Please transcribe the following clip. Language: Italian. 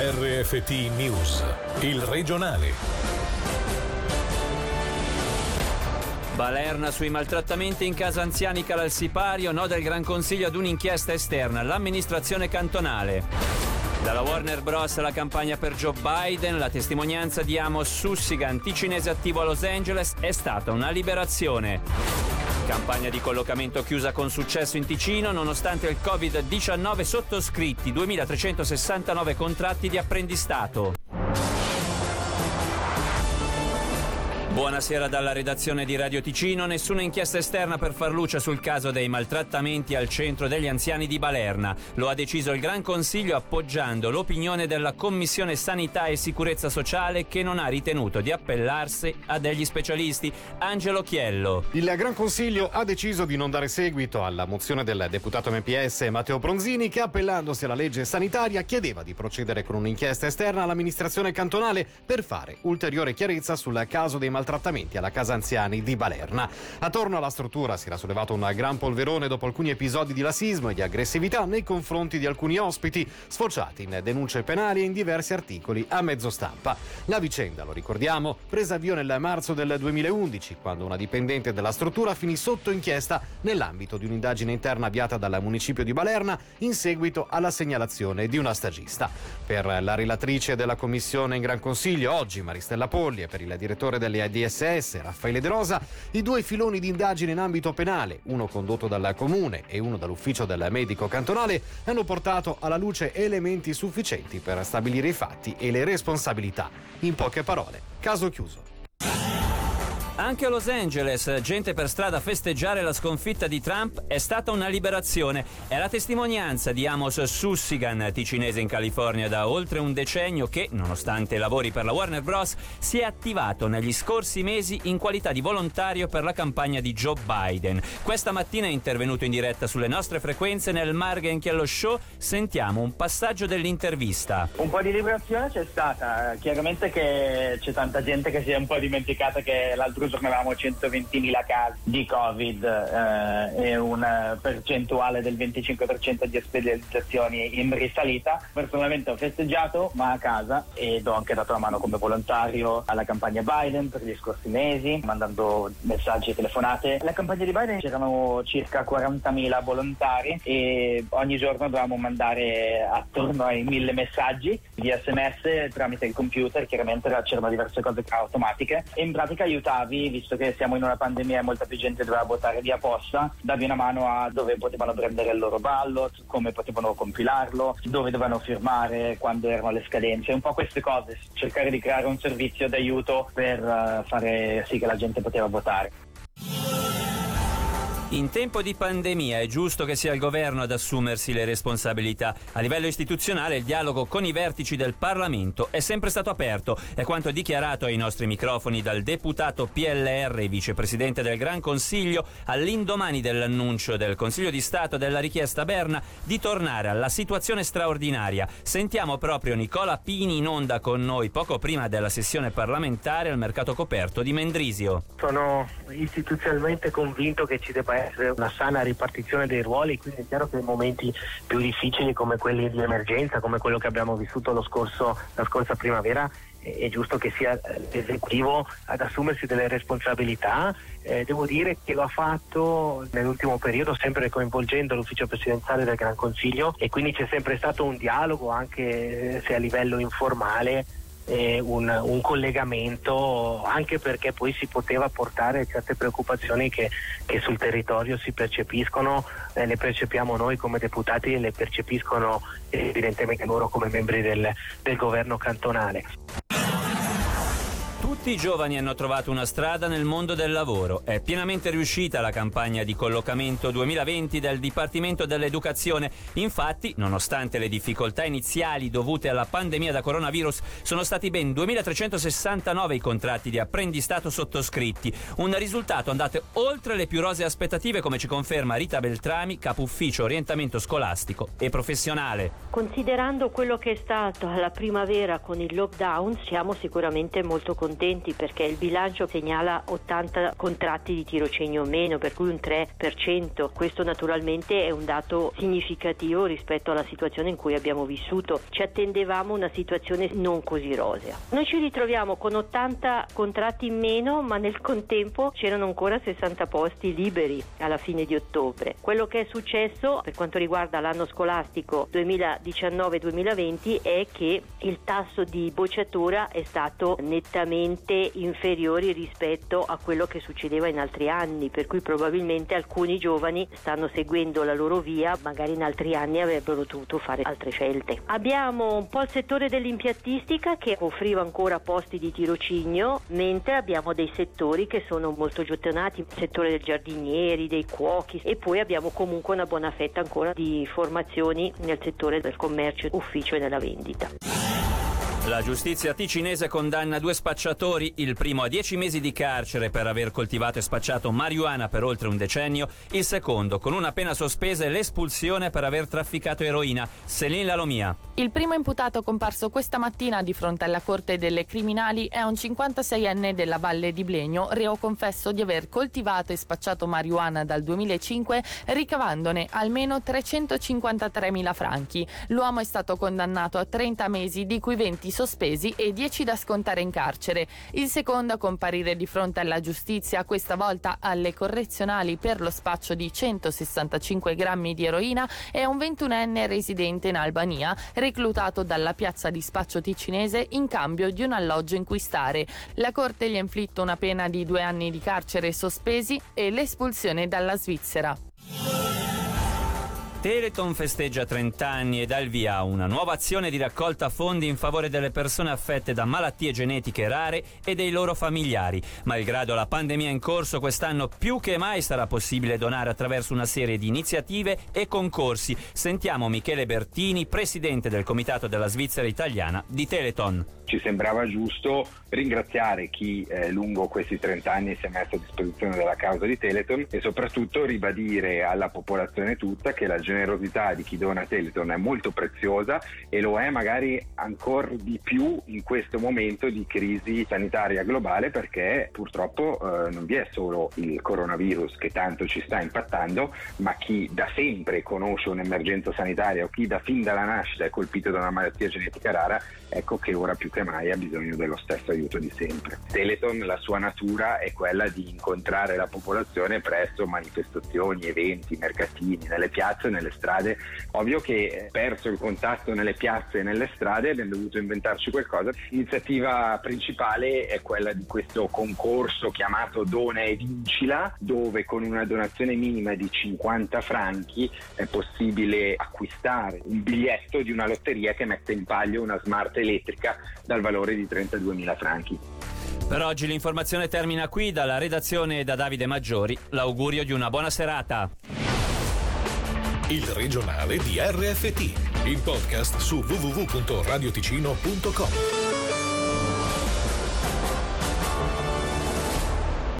RFT News, il regionale. Balerna sui maltrattamenti in casa anziani cala il sipario, no del Gran Consiglio ad un'inchiesta esterna, l'amministrazione cantonale. Dalla Warner Bros. La campagna per Joe Biden, la testimonianza di Amos Sussigan, ticinese attivo a Los Angeles, è stata una liberazione. Campagna di collocamento chiusa con successo in Ticino, nonostante il Covid-19 sottoscritti 2.369 contratti di apprendistato. Buonasera dalla redazione di Radio Ticino. Nessuna inchiesta esterna per far luce sul caso dei maltrattamenti al centro degli anziani di Balerna. Lo ha deciso il Gran Consiglio appoggiando l'opinione della Commissione Sanità e Sicurezza Sociale, che non ha ritenuto di appellarsi a degli specialisti. Angelo Chiello. Il Gran Consiglio ha deciso di non dare seguito alla mozione del deputato MPS Matteo Bronzini, che appellandosi alla legge sanitaria chiedeva di procedere con un'inchiesta esterna all'amministrazione cantonale per fare ulteriore chiarezza sul caso dei maltrattamenti alla casa anziani di Balerna. Attorno alla struttura si era sollevato un gran polverone dopo alcuni episodi di lassismo e di aggressività nei confronti di alcuni ospiti, sfociati in denunce penali e in diversi articoli a mezzo stampa. La vicenda, lo ricordiamo, prese avvio nel marzo del 2011, quando una dipendente della struttura finì sotto inchiesta nell'ambito di un'indagine interna avviata dal municipio di Balerna in seguito alla segnalazione di una stagista. Per la relatrice della commissione in Gran Consiglio oggi, Maristella Polli, e per il direttore delle DSS, Raffaele De Rosa, i due filoni di indagine in ambito penale, uno condotto dal comune e uno dall'ufficio del medico cantonale, hanno portato alla luce elementi sufficienti per stabilire i fatti e le responsabilità. In poche parole, caso chiuso. Anche a Los Angeles, gente per strada a festeggiare la sconfitta di Trump, è stata una liberazione. È la testimonianza di Amos Sussigan, ticinese in California da oltre un decennio, che, nonostante i lavori per la Warner Bros., si è attivato negli scorsi mesi in qualità di volontario per la campagna di Joe Biden. Questa mattina è intervenuto in diretta sulle nostre frequenze nel Margen Chiello Show. Sentiamo un passaggio dell'intervista. Un po' di liberazione c'è stata, chiaramente che c'è tanta gente che si è un po' dimenticata che l'altro giorno avevamo 120.000 casi di Covid e una percentuale del 25% di ospedalizzazioni in risalita. Personalmente ho festeggiato, ma a casa, ed ho anche dato la mano come volontario alla campagna Biden per gli scorsi mesi, mandando messaggi e telefonate. La campagna di Biden c'erano circa 40.000 volontari e ogni giorno dovevamo mandare attorno ai 1.000 messaggi di SMS tramite il computer. Chiaramente c'erano diverse cose automatiche e in pratica aiutavi, visto che siamo in una pandemia e molta più gente doveva votare via posta, davi una mano a dove potevano prendere il loro ballot, come potevano compilarlo, dove dovevano firmare, quando erano le scadenze, un po' queste cose, cercare di creare un servizio d'aiuto per fare sì che la gente poteva votare. In tempo di pandemia è giusto che sia il governo ad assumersi le responsabilità. A livello istituzionale il dialogo con i vertici del Parlamento è sempre stato aperto. È quanto dichiarato ai nostri microfoni dal deputato PLR e vicepresidente del Gran Consiglio all'indomani dell'annuncio del Consiglio di Stato della richiesta a Berna di tornare alla situazione straordinaria. Sentiamo proprio Nicola Pini in onda con noi poco prima della sessione parlamentare al mercato coperto di Mendrisio. Sono istituzionalmente convinto che ci debba essere una sana ripartizione dei ruoli, quindi è chiaro che in momenti più difficili come quelli di emergenza, come quello che abbiamo vissuto la scorsa primavera, è giusto che sia l'esecutivo ad assumersi delle responsabilità. Devo dire che lo ha fatto nell'ultimo periodo sempre coinvolgendo l'ufficio presidenziale del Gran Consiglio, e quindi c'è sempre stato un dialogo, anche se a livello informale, un collegamento, anche perché poi si poteva portare certe preoccupazioni che sul territorio si percepiscono, le percepiamo noi come deputati e le percepiscono evidentemente loro come membri del governo cantonale. Tutti i giovani hanno trovato una strada nel mondo del lavoro. È pienamente riuscita la campagna di collocamento 2020 del Dipartimento dell'Educazione. Infatti, nonostante le difficoltà iniziali dovute alla pandemia da coronavirus, sono stati ben 2.369 i contratti di apprendistato sottoscritti. Un risultato andato oltre le più rosee aspettative, come ci conferma Rita Beltrami, capo ufficio orientamento scolastico e professionale. Considerando quello che è stato la primavera con il lockdown, siamo sicuramente molto contenti contenti perché il bilancio segnala 80 contratti di tirocinio meno, per cui un 3%. Questo naturalmente è un dato significativo rispetto alla situazione in cui abbiamo vissuto. Ci attendevamo una situazione non così rosea. Noi ci ritroviamo con 80 contratti in meno, ma nel contempo c'erano ancora 60 posti liberi alla fine di ottobre. Quello che è successo per quanto riguarda l'anno scolastico 2019-2020 è che il tasso di bocciatura è stato nettamente inferiore rispetto a quello che succedeva in altri anni, per cui probabilmente alcuni giovani stanno seguendo la loro via, magari in altri anni avrebbero dovuto fare altre scelte. Abbiamo un po' il settore dell'impiantistica che offriva ancora posti di tirocinio, mentre abbiamo dei settori che sono molto gettonati, il settore dei giardinieri, dei cuochi, e poi abbiamo comunque una buona fetta ancora di formazioni nel settore del commercio, ufficio e della vendita. La giustizia ticinese condanna 2 spacciatori, il primo a 10 mesi di carcere per aver coltivato e spacciato marijuana per oltre un decennio, il secondo con una pena sospesa e l'espulsione per aver trafficato eroina. Céline Lalomia. Il primo imputato comparso questa mattina di fronte alla Corte delle Criminali è un 56enne della Valle di Blegno, reo confesso di aver coltivato e spacciato marijuana dal 2005, ricavandone almeno 353.000 franchi. L'uomo è stato condannato a 30 mesi, di cui 20 sospesi e 10 da scontare in carcere. Il secondo a comparire di fronte alla giustizia, questa volta alle correzionali per lo spaccio di 165 grammi di eroina, è un 21enne residente in Albania, reclutato dalla piazza di spaccio ticinese in cambio di un alloggio in cui stare. La Corte gli ha inflitto una pena di 2 anni di carcere sospesi e l'espulsione dalla Svizzera. Telethon festeggia 30 anni e dà il via a una nuova azione di raccolta fondi in favore delle persone affette da malattie genetiche rare e dei loro familiari. Malgrado la pandemia in corso, quest'anno più che mai sarà possibile donare attraverso una serie di iniziative e concorsi. Sentiamo Michele Bertini, presidente del Comitato della Svizzera Italiana di Telethon. Ci sembrava giusto ringraziare chi lungo questi 30 anni si è messo a disposizione della causa di Telethon e soprattutto ribadire alla popolazione tutta che la generosità di chi dona a Telethon è molto preziosa e lo è magari ancora di più in questo momento di crisi sanitaria globale, perché purtroppo non vi è solo il coronavirus che tanto ci sta impattando, ma chi da sempre conosce un'emergenza sanitaria o chi da fin dalla nascita è colpito da una malattia genetica rara, ecco che ora più che mai ha bisogno dello stesso aiuto di sempre. Telethon, la sua natura è quella di incontrare la popolazione presso manifestazioni, eventi, mercatini, nelle piazze, nelle strade. Ovvio che perso il contatto nelle piazze e nelle strade abbiamo dovuto inventarci qualcosa. L'iniziativa principale è quella di questo concorso chiamato Dona e Vincila, dove con una donazione minima di 50 franchi è possibile acquistare un biglietto di una lotteria che mette in palio una smart elettrica dal valore di 32.000 franchi. Per oggi l'informazione termina qui. Dalla redazione e da Davide Maggiori l'augurio di una buona serata. Il regionale di RFT, il podcast su www.radioticino.com.